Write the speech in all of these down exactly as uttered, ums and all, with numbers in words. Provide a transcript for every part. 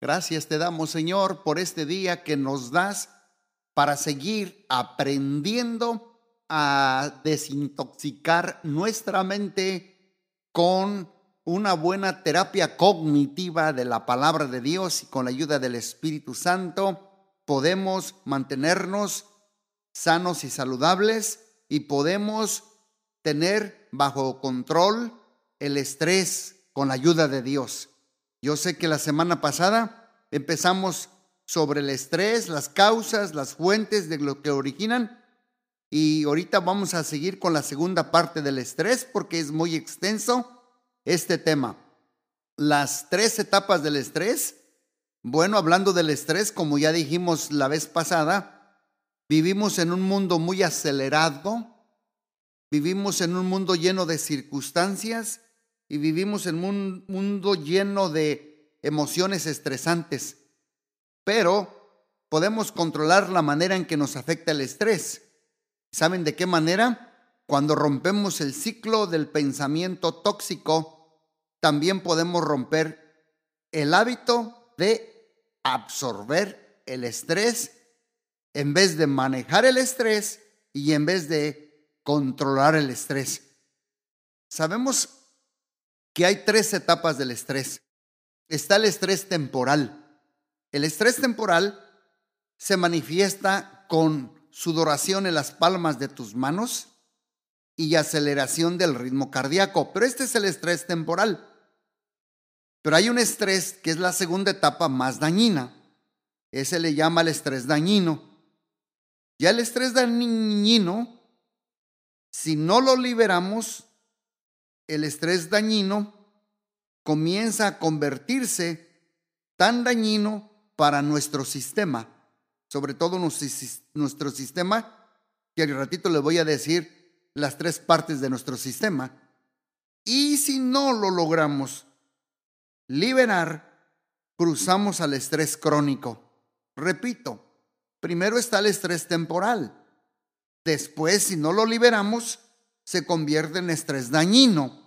Gracias te damos, Señor, por este día que nos das para seguir aprendiendo a desintoxicar nuestra mente con una buena terapia cognitiva de la palabra de Dios, y con la ayuda del Espíritu Santo podemos mantenernos sanos y saludables, y podemos tener bajo control el estrés con la ayuda de Dios. Yo sé que la semana pasada empezamos sobre el estrés, las causas, las fuentes de lo que originan, y ahorita vamos a seguir con la segunda parte del estrés porque es muy extenso este tema. Las tres etapas del estrés. Bueno, hablando del estrés, como ya dijimos la vez pasada, vivimos en un mundo muy acelerado, vivimos en un mundo lleno de circunstancias y vivimos en un mundo lleno de emociones estresantes. Pero podemos controlar la manera en que nos afecta el estrés. ¿Saben de qué manera? Cuando rompemos el ciclo del pensamiento tóxico, también podemos romper el hábito de absorber el estrés en vez de manejar el estrés y en vez de controlar el estrés. Sabemos que hay tres etapas del estrés. Está el estrés temporal. El estrés temporal se manifiesta con sudoración en las palmas de tus manos y aceleración del ritmo cardíaco, pero este es el estrés temporal. Pero hay un estrés que es la segunda etapa más dañina. Ese le llama el estrés dañino. Ya el estrés dañino, si no lo liberamos, el estrés dañino comienza a convertirse tan dañino para nuestro sistema, sobre todo nuestro sistema, que al ratito les voy a decir las tres partes de nuestro sistema. Y si no lo logramos liberar, cruzamos al estrés crónico. Repito, primero está el estrés temporal. Después, si no lo liberamos, se convierte en estrés dañino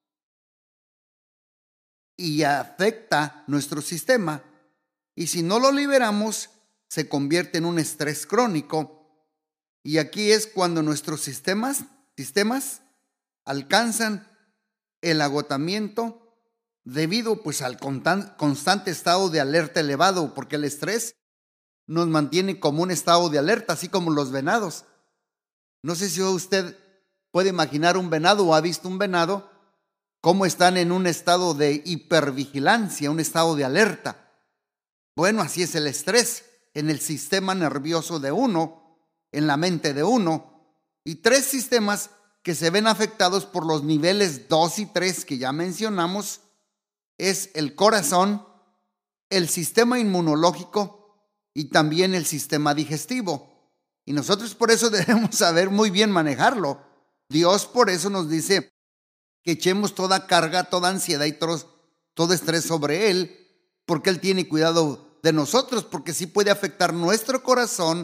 y afecta nuestro sistema. Y si no lo liberamos, se convierte en un estrés crónico. Y aquí es cuando nuestros sistemas, sistemas alcanzan el agotamiento debido pues al constante estado de alerta elevado, porque el estrés nos mantiene como un estado de alerta, así como los venados. No sé si usted puede imaginar un venado o ha visto un venado, cómo están en un estado de hipervigilancia, un estado de alerta. Bueno, así es el estrés en el sistema nervioso de uno, en la mente de uno, y tres sistemas que se ven afectados por los niveles dos y tres que ya mencionamos es el corazón, el sistema inmunológico y también el sistema digestivo. Y nosotros por eso debemos saber muy bien manejarlo. Dios por eso nos dice que echemos toda carga, toda ansiedad y todo, todo estrés sobre Él, porque Él tiene cuidado de nosotros, porque sí puede afectar nuestro corazón,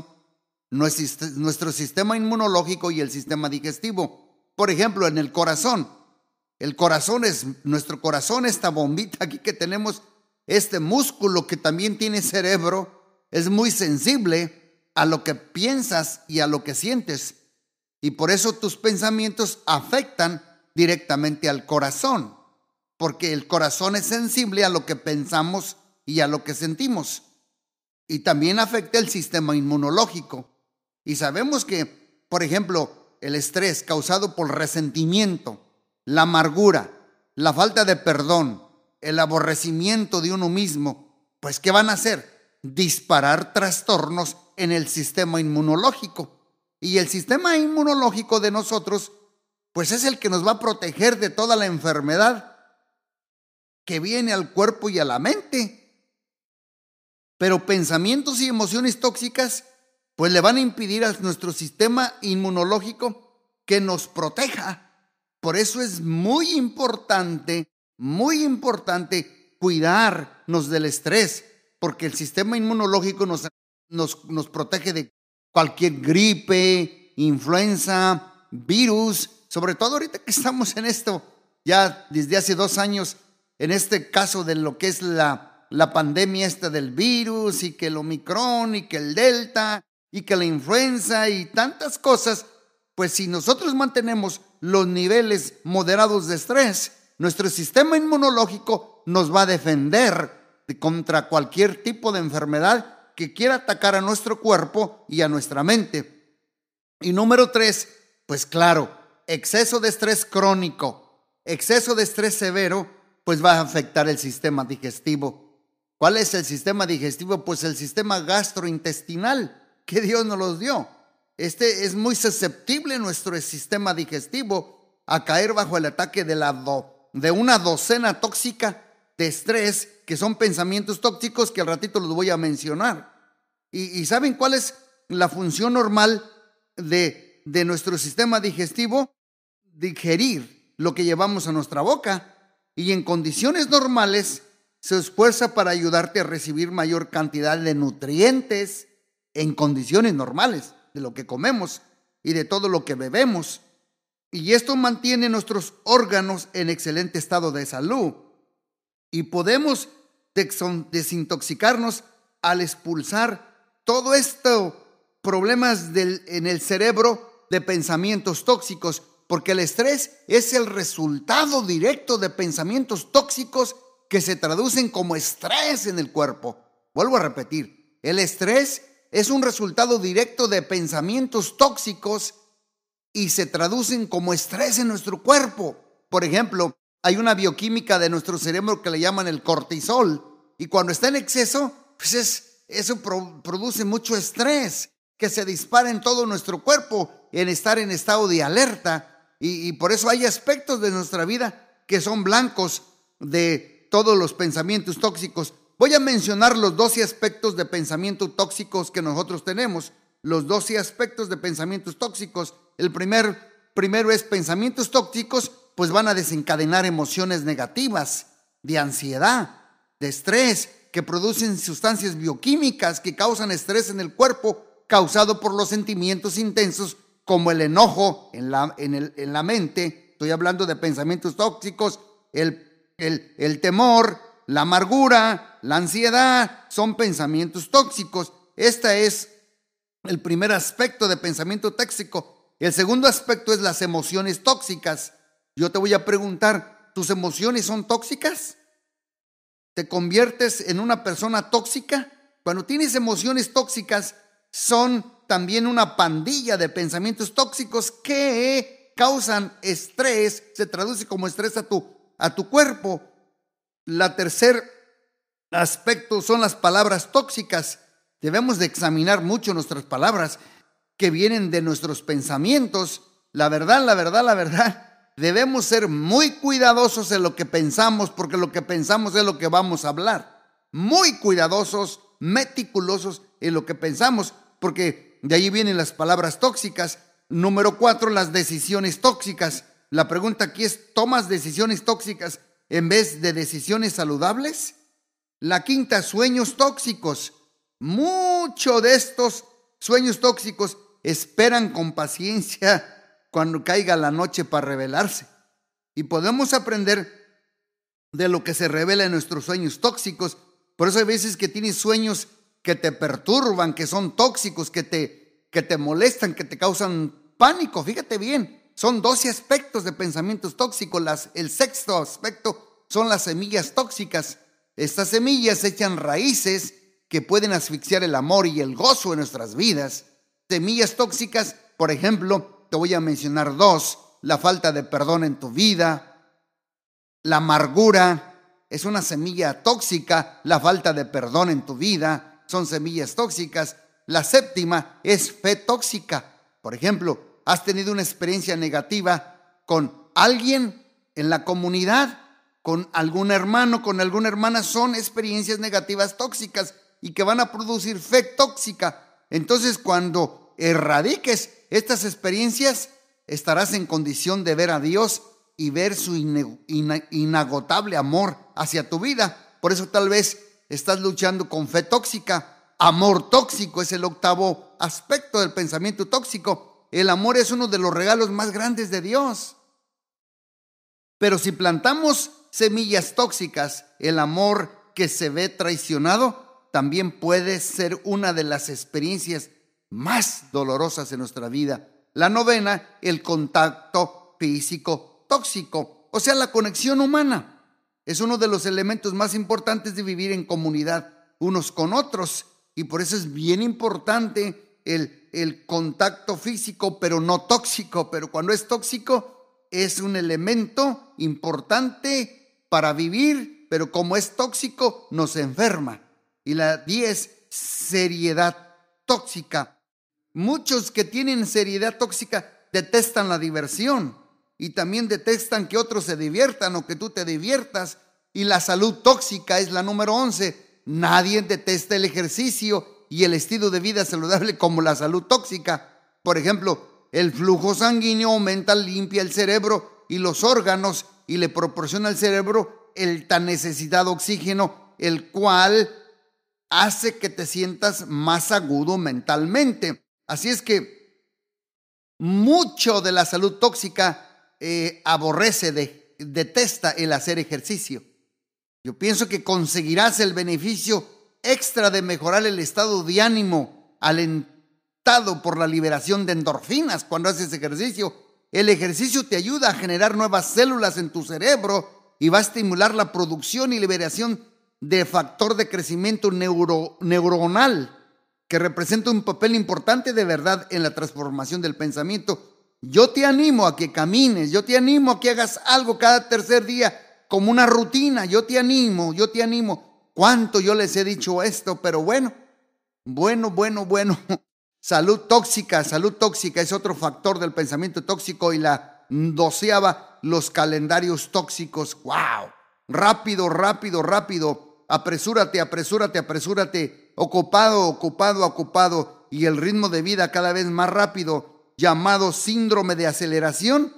nuestro sistema inmunológico y el sistema digestivo. Por ejemplo, en el corazón. El corazón es, nuestro corazón, esta bombita aquí que tenemos, este músculo que también tiene cerebro, es muy sensible a lo que piensas y a lo que sientes. Y por eso tus pensamientos afectan directamente al corazón, porque el corazón es sensible a lo que pensamos y a lo que sentimos. Y también afecta el sistema inmunológico. Y sabemos que, por ejemplo, el estrés causado por resentimiento, la amargura, la falta de perdón, el aborrecimiento de uno mismo, pues ¿qué van a hacer? Disparar trastornos en el sistema inmunológico. Y el sistema inmunológico de nosotros, pues es el que nos va a proteger de toda la enfermedad que viene al cuerpo y a la mente. Pero pensamientos y emociones tóxicas, pues le van a impedir a nuestro sistema inmunológico que nos proteja. Por eso es muy importante, muy importante cuidarnos del estrés, porque el sistema inmunológico nos, nos, nos protege de cualquier gripe, influenza, virus, sobre todo ahorita que estamos en esto, ya desde hace dos años, en este caso de lo que es la la pandemia esta del virus y que el Omicron y que el Delta y que la influenza y tantas cosas, pues si nosotros mantenemos los niveles moderados de estrés, nuestro sistema inmunológico nos va a defender contra cualquier tipo de enfermedad que quiera atacar a nuestro cuerpo y a nuestra mente. Y número tres, pues claro, exceso de estrés crónico, exceso de estrés severo, pues va a afectar el sistema digestivo. ¿Cuál es el sistema digestivo? Pues el sistema gastrointestinal que Dios nos los dio. Este es muy susceptible, nuestro sistema digestivo, a caer bajo el ataque de, la do, de una docena tóxica de estrés, que son pensamientos tóxicos que al ratito los voy a mencionar. ¿Y, y saben cuál es la función normal de, de nuestro sistema digestivo? Digerir lo que llevamos a nuestra boca. Y en condiciones normales se esfuerza para ayudarte a recibir mayor cantidad de nutrientes en condiciones normales de lo que comemos y de todo lo que bebemos. Y esto mantiene nuestros órganos en excelente estado de salud. Y podemos desintoxicarnos al expulsar todo esto, problemas del, en el cerebro de pensamientos tóxicos, porque el estrés es el resultado directo de pensamientos tóxicos que se traducen como estrés en el cuerpo. Vuelvo a repetir, el estrés es un resultado directo de pensamientos tóxicos y se traducen como estrés en nuestro cuerpo. Por ejemplo, hay una bioquímica de nuestro cerebro que le llaman el cortisol, y cuando está en exceso, pues es, eso pro, produce mucho estrés que se dispara en todo nuestro cuerpo, en estar en estado de alerta, y, y por eso hay aspectos de nuestra vida que son blancos de todos los pensamientos tóxicos. Voy a mencionar los doce aspectos de pensamientos tóxicos que nosotros tenemos, los doce aspectos de pensamientos tóxicos. El primer, primero es pensamientos tóxicos, pues van a desencadenar emociones negativas, de ansiedad, de estrés, que producen sustancias bioquímicas que causan estrés en el cuerpo, causado por los sentimientos intensos como el enojo en la, en el, en la mente. Estoy hablando de pensamientos tóxicos, el, el, el temor, la amargura, la ansiedad, son pensamientos tóxicos. Este es el primer aspecto de pensamiento tóxico. El segundo aspecto es las emociones tóxicas. Yo te voy a preguntar, ¿tus emociones son tóxicas? ¿Te conviertes en una persona tóxica? Cuando tienes emociones tóxicas, son también una pandilla de pensamientos tóxicos que causan estrés, se traduce como estrés a tu, a tu cuerpo. La tercer aspecto son las palabras tóxicas. Debemos de examinar mucho nuestras palabras que vienen de nuestros pensamientos. La verdad, la verdad, la verdad, debemos ser muy cuidadosos en lo que pensamos, porque lo que pensamos es lo que vamos a hablar. Muy cuidadosos, meticulosos en lo que pensamos, porque de ahí vienen las palabras tóxicas. Número cuatro, las decisiones tóxicas. La pregunta aquí es, ¿tomas decisiones tóxicas en vez de decisiones saludables? La quinta, sueños tóxicos. Muchos de estos sueños tóxicos esperan con paciencia cuando caiga la noche para revelarse. Y podemos aprender de lo que se revela en nuestros sueños tóxicos. Por eso hay veces que tienes sueños que te perturban, que son tóxicos, que te, que te molestan, que te causan pánico. Fíjate bien, son doce aspectos de pensamientos tóxicos. Las, el sexto aspecto son las semillas tóxicas. Estas semillas echan raíces que pueden asfixiar el amor y el gozo en nuestras vidas. Semillas tóxicas, por ejemplo, te voy a mencionar dos: la falta de perdón en tu vida, la amargura es una semilla tóxica, la falta de perdón en tu vida son semillas tóxicas. La séptima es fe tóxica. Por ejemplo, has tenido una experiencia negativa con alguien en la comunidad, con algún hermano, con alguna hermana, son experiencias negativas tóxicas y que van a producir fe tóxica. Entonces, cuando erradiques estas experiencias, estarás en condición de ver a Dios y ver su inagotable amor hacia tu vida. Por eso tal vez estás luchando con fe tóxica. Amor tóxico es el octavo aspecto del pensamiento tóxico. El amor es uno de los regalos más grandes de Dios. Pero si plantamos semillas tóxicas, el amor que se ve traicionado también puede ser una de las experiencias más dolorosas en nuestra vida. La novena, el contacto físico tóxico, o sea, la conexión humana. Es uno de los elementos más importantes de vivir en comunidad unos con otros, y por eso es bien importante el, el contacto físico, pero no tóxico. Pero cuando es tóxico es un elemento importante para vivir, pero como es tóxico nos enferma. Y la diez, seriedad tóxica. Muchos que tienen seriedad tóxica detestan la diversión y también detestan que otros se diviertan o que tú te diviertas. Y la salud tóxica es la número once. Nadie detesta el ejercicio y el estilo de vida saludable como la salud tóxica. Por ejemplo, el flujo sanguíneo aumenta, limpia el cerebro y los órganos y le proporciona al cerebro el tan necesitado oxígeno, el cual hace que te sientas más agudo mentalmente. Así es que mucho de la salud tóxica eh, aborrece, de, detesta el hacer ejercicio. Yo pienso que conseguirás el beneficio extra de mejorar el estado de ánimo alentado por la liberación de endorfinas cuando haces ejercicio. El ejercicio te ayuda a generar nuevas células en tu cerebro y va a estimular la producción y liberación de factor de crecimiento neuro, neuronal, que representa un papel importante de verdad en la transformación del pensamiento. Yo te animo a que camines, yo te animo a que hagas algo cada tercer día como una rutina. Yo te animo, yo te animo. ¿Cuánto yo les he dicho esto? Pero bueno, bueno, bueno, bueno. Salud tóxica, salud tóxica es otro factor del pensamiento tóxico. Y la doceava, los calendarios tóxicos. ¡Wow! Rápido, rápido, rápido. Apresúrate, apresúrate, apresúrate. Ocupado, ocupado, ocupado. Y el ritmo de vida cada vez más rápido, llamado síndrome de aceleración,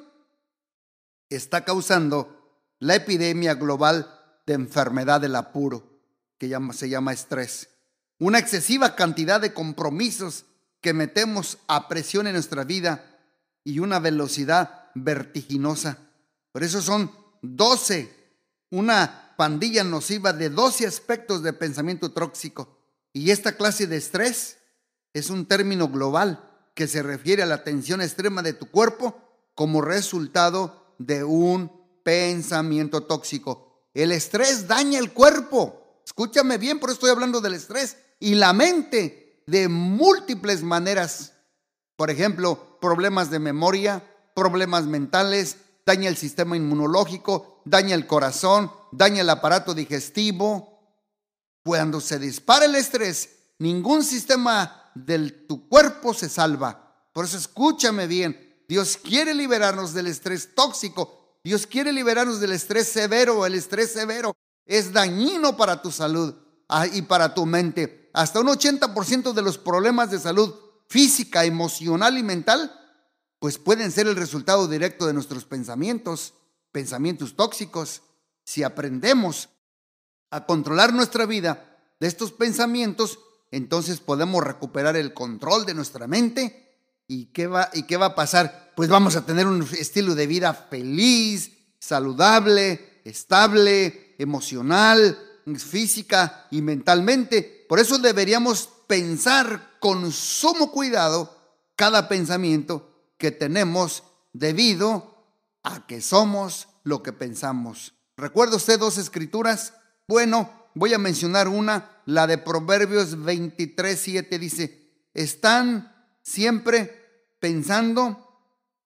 está causando la epidemia global de enfermedad del apuro, que llama, se llama estrés. Una excesiva cantidad de compromisos que metemos a presión en nuestra vida y una velocidad vertiginosa. Por eso son doce, una pandilla nociva de doce aspectos de pensamiento tóxico. Y esta clase de estrés es un término global que se refiere a la tensión extrema de tu cuerpo como resultado de un pensamiento tóxico. El estrés daña el cuerpo. Escúchame bien, por eso estoy hablando del estrés. Y la mente de múltiples maneras. Por ejemplo, problemas de memoria, problemas mentales, daña el sistema inmunológico, daña el corazón, daña el aparato digestivo. Cuando se dispara el estrés, ningún sistema de tu cuerpo se salva. Por eso escúchame bien. Dios quiere liberarnos del estrés tóxico. Dios quiere liberarnos del estrés severo. El estrés severo es dañino para tu salud y para tu mente. Hasta un ochenta por ciento de los problemas de salud física, emocional y mental, pues pueden ser el resultado directo de nuestros pensamientos, pensamientos tóxicos. Si aprendemos a controlar nuestra vida de estos pensamientos, entonces podemos recuperar el control de nuestra mente. ¿Y qué va, y qué va a pasar? Pues vamos a tener un estilo de vida feliz, saludable, estable, emocional, física y mentalmente. Por eso deberíamos pensar con sumo cuidado cada pensamiento que tenemos debido a que somos lo que pensamos. ¿Recuerda usted dos escrituras? Bueno, voy a mencionar una, la de Proverbios veintitrés, siete, dice: están siempre pensando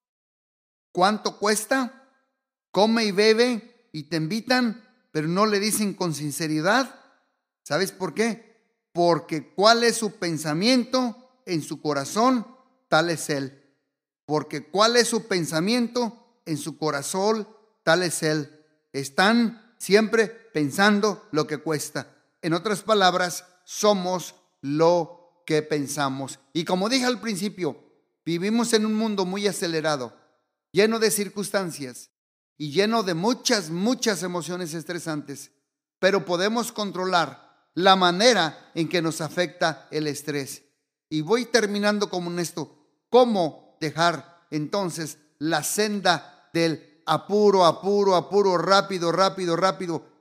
cuánto cuesta, come y bebe y te invitan, pero no le dicen con sinceridad. ¿Sabes por qué? Porque cuál es su pensamiento en su corazón, tal es él. Porque cuál es su pensamiento en su corazón, tal es él. Están siempre pensando lo que cuesta. En otras palabras, somos lo que pensamos. Y como dije al principio, vivimos en un mundo muy acelerado, lleno de circunstancias y lleno de muchas, muchas emociones estresantes, pero podemos controlar la manera en que nos afecta el estrés. Y voy terminando con esto: ¿cómo dejar entonces la senda del apuro, apuro, apuro, rápido, rápido, rápido,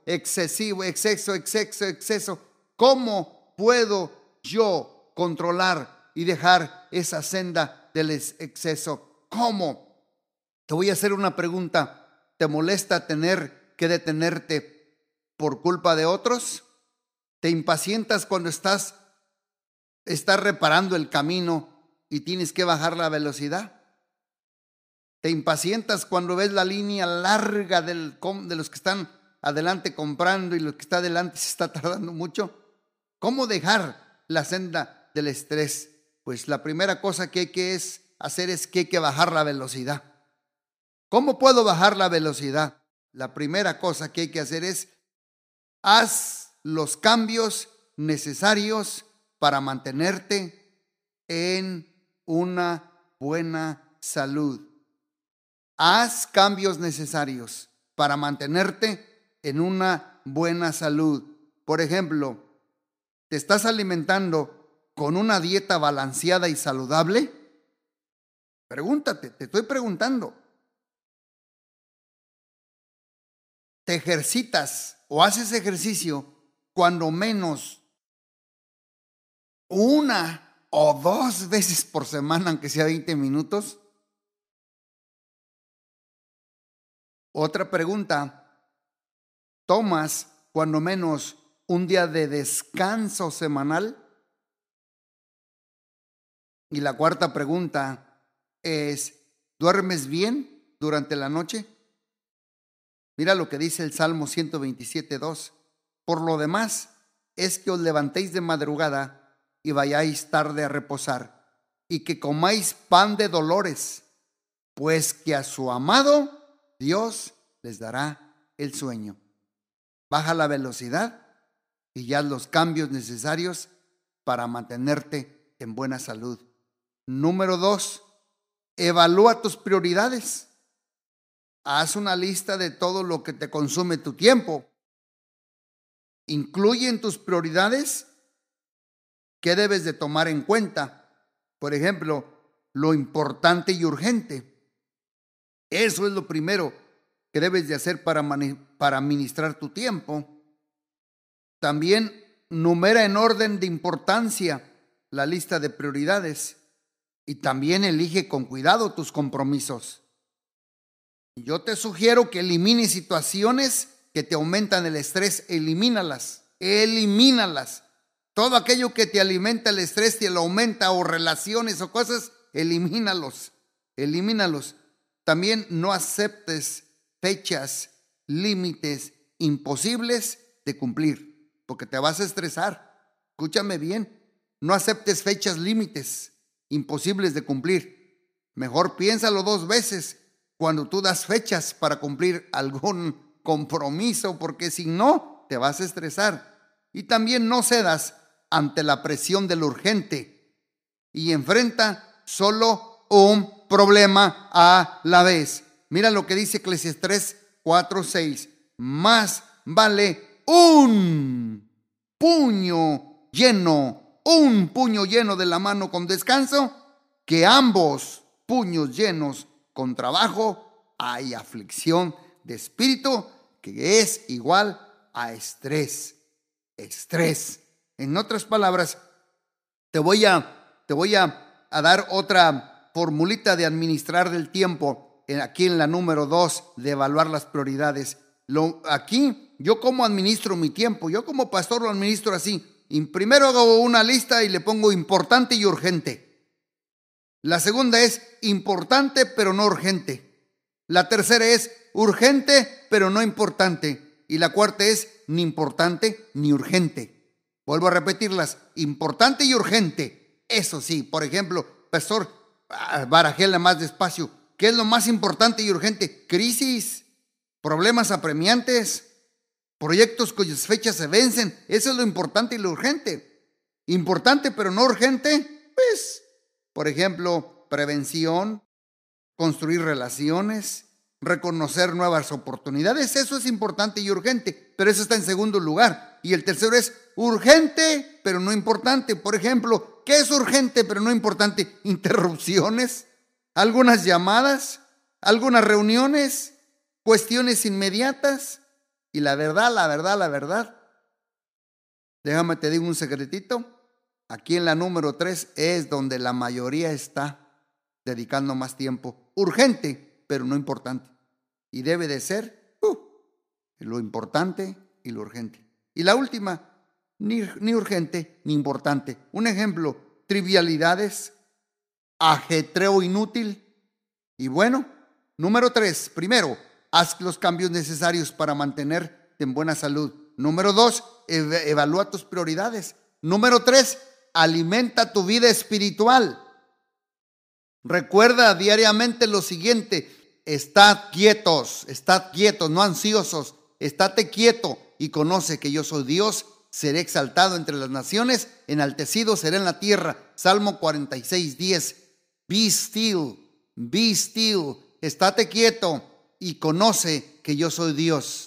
excesivo, exceso, exceso, exceso. ¿Cómo puedo yo controlar y dejar esa senda del exceso? ¿Cómo? Te voy a hacer una pregunta. ¿Te molesta tener que detenerte por culpa de otros? ¿Te impacientas cuando estás, estás reparando el camino y tienes que bajar la velocidad? ¿Te impacientas cuando ves la línea larga del, de los que están adelante comprando y los que está adelante se está tardando mucho? ¿Cómo dejar la senda del estrés? Pues la primera cosa que hay que es hacer es que hay que bajar la velocidad. ¿Cómo puedo bajar la velocidad? La primera cosa que hay que hacer es haz los cambios necesarios para mantenerte en una buena salud. Haz cambios necesarios para mantenerte en una buena salud. Por ejemplo, ¿te estás alimentando con una dieta balanceada y saludable? Pregúntate, te estoy preguntando. ¿Te ejercitas o haces ejercicio cuando menos una o dos veces por semana, aunque sea veinte minutos? Otra pregunta, ¿tomas cuando menos un día de descanso semanal? Y la cuarta pregunta es, ¿duermes bien durante la noche? Mira lo que dice el Salmo ciento veintisiete, dos. Por lo demás, es que os levantéis de madrugada y vayáis tarde a reposar, y que comáis pan de dolores, pues que a su amado Dios les dará el sueño. Baja la velocidad y haz los cambios necesarios para mantenerte en buena salud. Número dos, evalúa tus prioridades. Haz una lista de todo lo que te consume tu tiempo. Incluye en tus prioridades qué debes de tomar en cuenta. Por ejemplo, lo importante y urgente. Eso es lo primero que debes de hacer para, para administrar tu tiempo. También numera en orden de importancia la lista de prioridades y también elige con cuidado tus compromisos. Yo te sugiero que elimines situaciones que te aumentan el estrés. Elimínalas, elimínalas. Todo aquello que te alimenta el estrés, te lo aumenta, o relaciones o cosas, elimínalos, elimínalos. También no aceptes fechas, límites imposibles de cumplir, porque te vas a estresar. Escúchame bien, no aceptes fechas, límites imposibles de cumplir. Mejor piénsalo dos veces cuando tú das fechas para cumplir algún compromiso, porque si no, te vas a estresar. Y también no cedas ante la presión de lo urgente y enfrenta solo un problema a la vez. Mira lo que dice Eclesiastés cuatro, seis. Más vale un puño lleno, un puño lleno de la mano con descanso, que ambos puños llenos con trabajo. Hay aflicción de espíritu, que es igual a estrés. Estrés. En otras palabras, te voy a, te voy a, a dar otra formulita de administrar del tiempo. Aquí en la número dos, de evaluar las prioridades. Lo, aquí, yo como administro mi tiempo, yo como pastor lo administro así. Y primero hago una lista y le pongo importante y urgente. La segunda es importante pero no urgente. La tercera es urgente pero no importante. Y la cuarta es ni importante ni urgente. Vuelvo a repetirlas, importante y urgente. Eso sí, por ejemplo, pastor, barajéla más despacio. ¿Qué es lo más importante y urgente? Crisis, problemas apremiantes, proyectos cuyas fechas se vencen. Eso es lo importante y lo urgente. Importante pero no urgente, pues, por ejemplo, prevención, construir relaciones, reconocer nuevas oportunidades. Eso es importante y urgente, pero eso está en segundo lugar. Y el tercero es urgente pero no importante. Por ejemplo, ¿qué es urgente pero no importante? Interrupciones, algunas llamadas, algunas reuniones, cuestiones inmediatas. Y la verdad, la verdad, la verdad, déjame te digo un secretito. Aquí en la número tres es donde la mayoría está dedicando más tiempo. Urgente, pero no importante. Y debe de ser uh, lo importante y lo urgente. Y la última, ni, ni urgente ni importante. Un ejemplo, trivialidades, ajetreo inútil. Y bueno, número tres, primero, haz los cambios necesarios para mantenerte en buena salud. Número dos, ev- evalúa tus prioridades. Número tres, alimenta tu vida espiritual. Recuerda diariamente lo siguiente: estad quietos, estad quietos, no ansiosos, estate quieto y conoce que yo soy Dios, seré exaltado entre las naciones, enaltecido seré en la tierra. Salmo cuarenta y seis, diez. Be still, be still, estate quieto y conoce que yo soy Dios.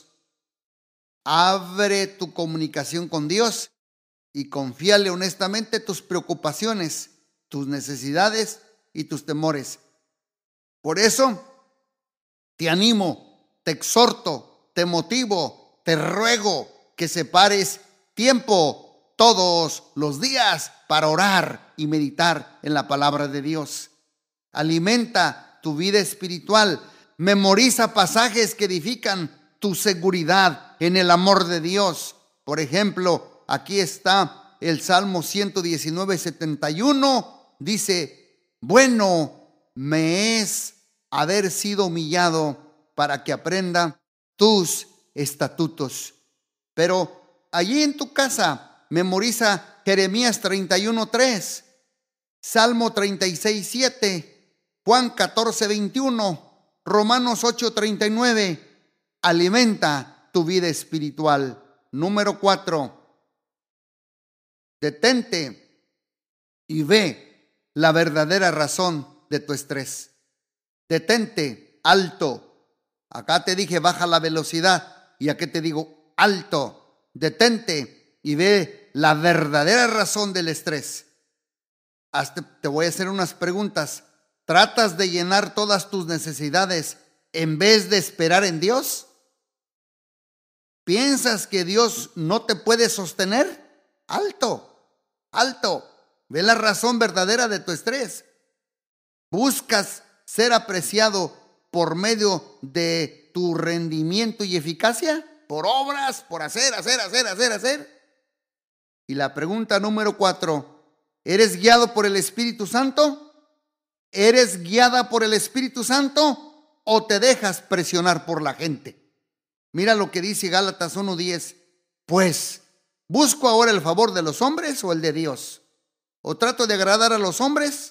Abre tu comunicación con Dios y confíale honestamente tus preocupaciones, tus necesidades y tus temores. Por eso, te animo, te exhorto, te motivo, te ruego que separes tiempo todos los días para orar y meditar en la palabra de Dios. Alimenta tu vida espiritual, memoriza pasajes que edifican tu seguridad en el amor de Dios. Por ejemplo, aquí está el Salmo ciento diecinueve, setenta y uno, dice: bueno me es haber sido humillado para que aprenda tus estatutos. Pero allí en tu casa memoriza Jeremías treinta y uno, tres, Salmo treinta y seis, siete, Juan catorce, veintiuno, Romanos ocho, treinta y nueve. Alimenta tu vida espiritual. Número cuatro, detente y ve la verdadera razón de tu estrés. Detente, alto. Acá te dije baja la velocidad y aquí te digo alto. Detente y ve la verdadera razón del estrés. Hasta te voy a hacer unas preguntas. ¿Tratas de llenar todas tus necesidades en vez de esperar en Dios? ¿Piensas que Dios no te puede sostener? Alto, alto. Ve la razón verdadera de tu estrés. ¿Buscas ser apreciado por medio de tu rendimiento y eficacia? ¿Por obras? ¿Por hacer, hacer, hacer, hacer, hacer? Y la pregunta número cuatro, ¿eres guiado por el Espíritu Santo? ¿Eres guiada por el Espíritu Santo o te dejas presionar por la gente? Mira lo que dice Gálatas uno, diez. Pues, ¿busco ahora el favor de los hombres o el de Dios? ¿O trato de agradar a los hombres?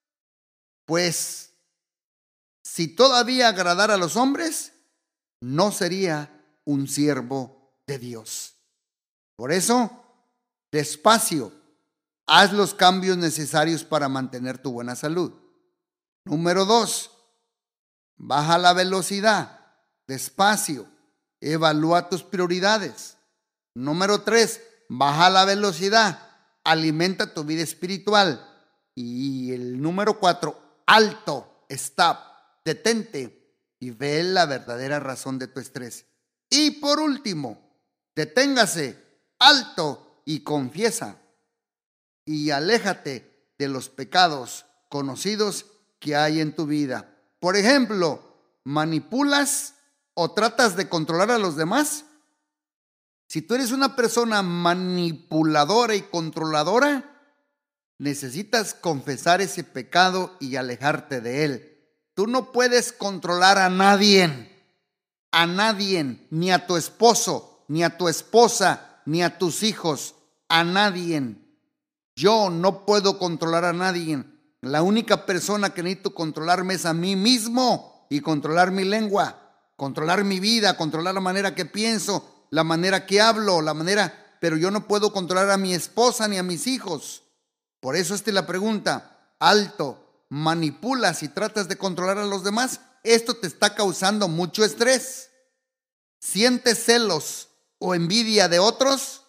Pues, si todavía agradara a los hombres, no sería un siervo de Dios. Por eso, despacio, haz los cambios necesarios para mantener tu buena salud. Número dos, baja la velocidad, despacio, evalúa tus prioridades. Número tres, baja la velocidad, alimenta tu vida espiritual. Y el número cuatro, alto, stop, detente y ve la verdadera razón de tu estrés. Y por último, deténgase, alto y confiesa. Y aléjate de los pecados conocidos que hay en tu vida. Por ejemplo, ¿manipulas o tratas de controlar a los demás? Si tú eres una persona manipuladora y controladora, necesitas confesar ese pecado y alejarte de él. Tú no puedes controlar a nadie, a nadie, ni a tu esposo, ni a tu esposa, ni a tus hijos, a nadie. Yo no puedo controlar a nadie. La única persona que necesito controlarme es a mí mismo y controlar mi lengua, controlar mi vida, controlar la manera que pienso, la manera que hablo, la manera, pero yo no puedo controlar a mi esposa ni a mis hijos. Por eso esta es la pregunta. Alto, manipulas y tratas de controlar a los demás. Esto te está causando mucho estrés. ¿Sientes celos o envidia de otros?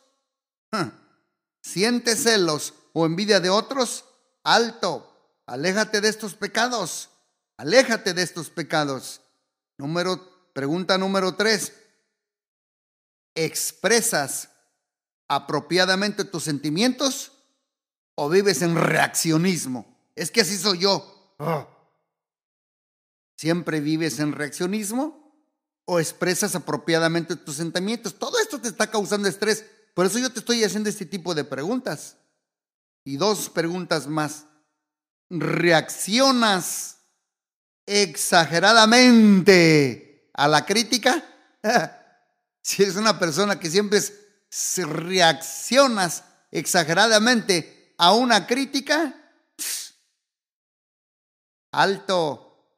¿Sientes celos o envidia de otros? Alto, aléjate de estos pecados. Aléjate de estos pecados. Número, pregunta número tres. ¿expresas apropiadamente tus sentimientos o vives en reaccionismo? Es que así soy yo. ¿Siempre vives en reaccionismo o expresas apropiadamente tus sentimientos? Todo esto te está causando estrés. Por eso yo te estoy haciendo este tipo de preguntas. Y dos preguntas más. ¿Reaccionas exageradamente a la crítica? Si eres una persona que siempre es, si reaccionas exageradamente a una crítica, pss, alto,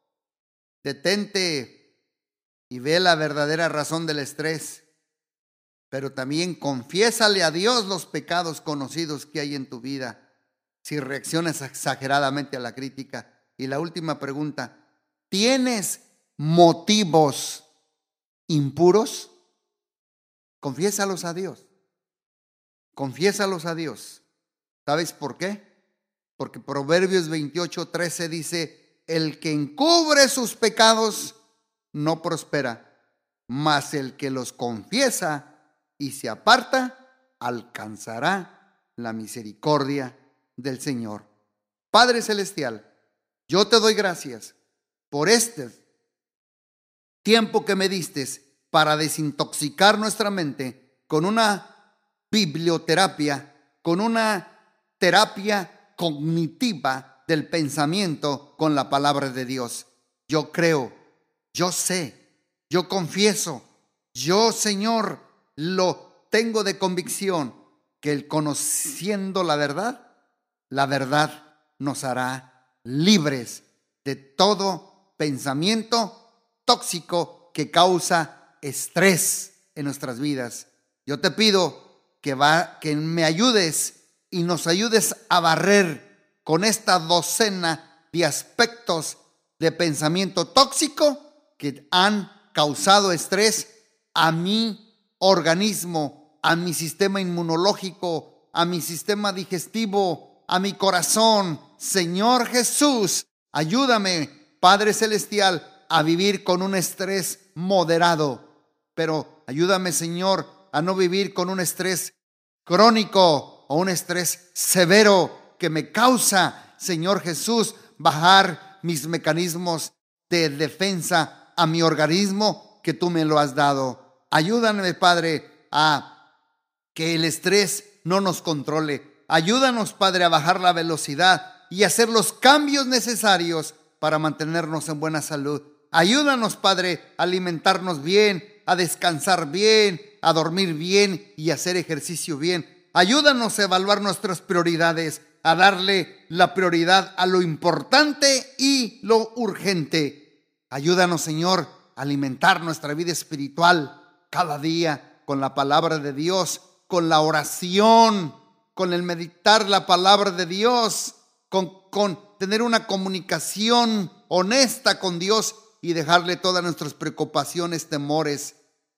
detente y ve la verdadera razón del estrés. Pero también confiésale a Dios los pecados conocidos que hay en tu vida si reaccionas exageradamente a la crítica. Y la última pregunta, ¿tienes motivos impuros? Confiésalos a Dios. Confiésalos a Dios. ¿Sabes por qué? Porque Proverbios veintiocho trece dice, el que encubre sus pecados no prospera, mas el que los confiesa y se aparta alcanzará la misericordia del Señor. Padre Celestial, yo te doy gracias por este tiempo que me diste para desintoxicar nuestra mente con una biblioterapia, con una terapia cognitiva del pensamiento con la palabra de Dios. Yo creo, yo sé, yo confieso, yo, Señor, lo tengo de convicción que el conociendo la verdad, la verdad nos hará libres de todo pensamiento tóxico que causa estrés en nuestras vidas. Yo te pido que, va, que me ayudes y nos ayudes a barrer con esta docena de aspectos de pensamiento tóxico que han causado estrés a mi organismo, a mi sistema inmunológico, a mi sistema digestivo, a mi corazón. Señor Jesús, ayúdame, Padre Celestial, a vivir con un estrés moderado, pero ayúdame, Señor, a no vivir con un estrés crónico o un estrés severo que me causa, Señor Jesús, bajar mis mecanismos de defensa a mi organismo que tú me lo has dado. Ayúdame, Padre, a que el estrés no nos controle. Ayúdanos, Padre, a bajar la velocidad y hacer los cambios necesarios para mantenernos en buena salud. Ayúdanos, Padre, a alimentarnos bien, a descansar bien, a dormir bien y a hacer ejercicio bien. Ayúdanos a evaluar nuestras prioridades, a darle la prioridad a lo importante y lo urgente. Ayúdanos, Señor, a alimentar nuestra vida espiritual cada día con la palabra de Dios, con la oración, con el meditar la palabra de Dios, con, con tener una comunicación honesta con Dios y dejarle todas nuestras preocupaciones, temores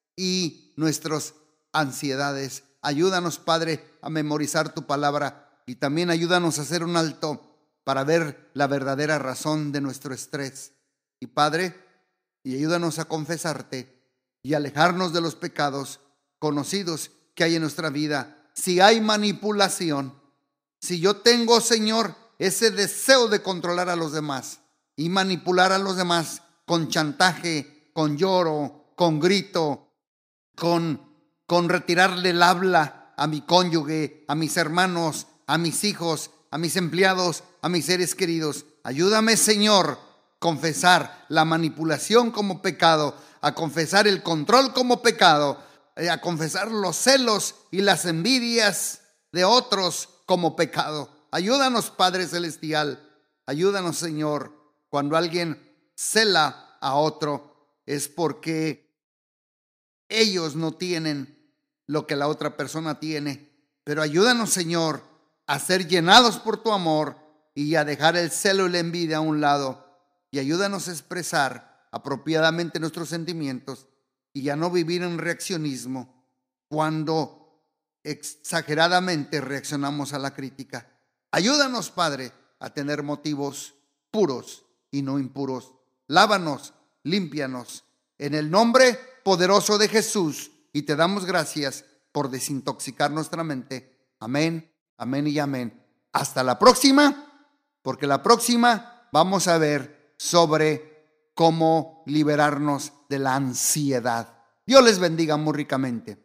y nuestras ansiedades. Ayúdanos, Padre, a memorizar tu palabra y también ayúdanos a hacer un alto para ver la verdadera razón de nuestro estrés. Y Padre, y ayúdanos a confesarte y alejarnos de los pecados conocidos que hay en nuestra vida. Si hay manipulación, si yo tengo, Señor, ese deseo de controlar a los demás y manipular a los demás con chantaje, con lloro, con grito, con, con retirarle el habla a mi cónyuge, a mis hermanos, a mis hijos, a mis empleados, a mis seres queridos. Ayúdame, Señor, a confesar la manipulación como pecado, a confesar el control como pecado, a confesar los celos y las envidias de otros como pecado. Ayúdanos, Padre Celestial. Ayúdanos, Señor. Cuando alguien cela a otro es porque ellos no tienen lo que la otra persona tiene. Pero ayúdanos, Señor, a ser llenados por tu amor y a dejar el celo y la envidia a un lado. Y ayúdanos a expresar apropiadamente nuestros sentimientos y a no vivir en reaccionismo cuando exageradamente reaccionamos a la crítica. Ayúdanos, Padre, a tener motivos puros y no impuros. Lávanos, límpianos. En el nombre poderoso de Jesús, y te damos gracias por desintoxicar nuestra mente. Amén, amén y amén. Hasta la próxima, porque la próxima vamos a ver sobre cómo liberarnos de la ansiedad. Dios les bendiga muy ricamente.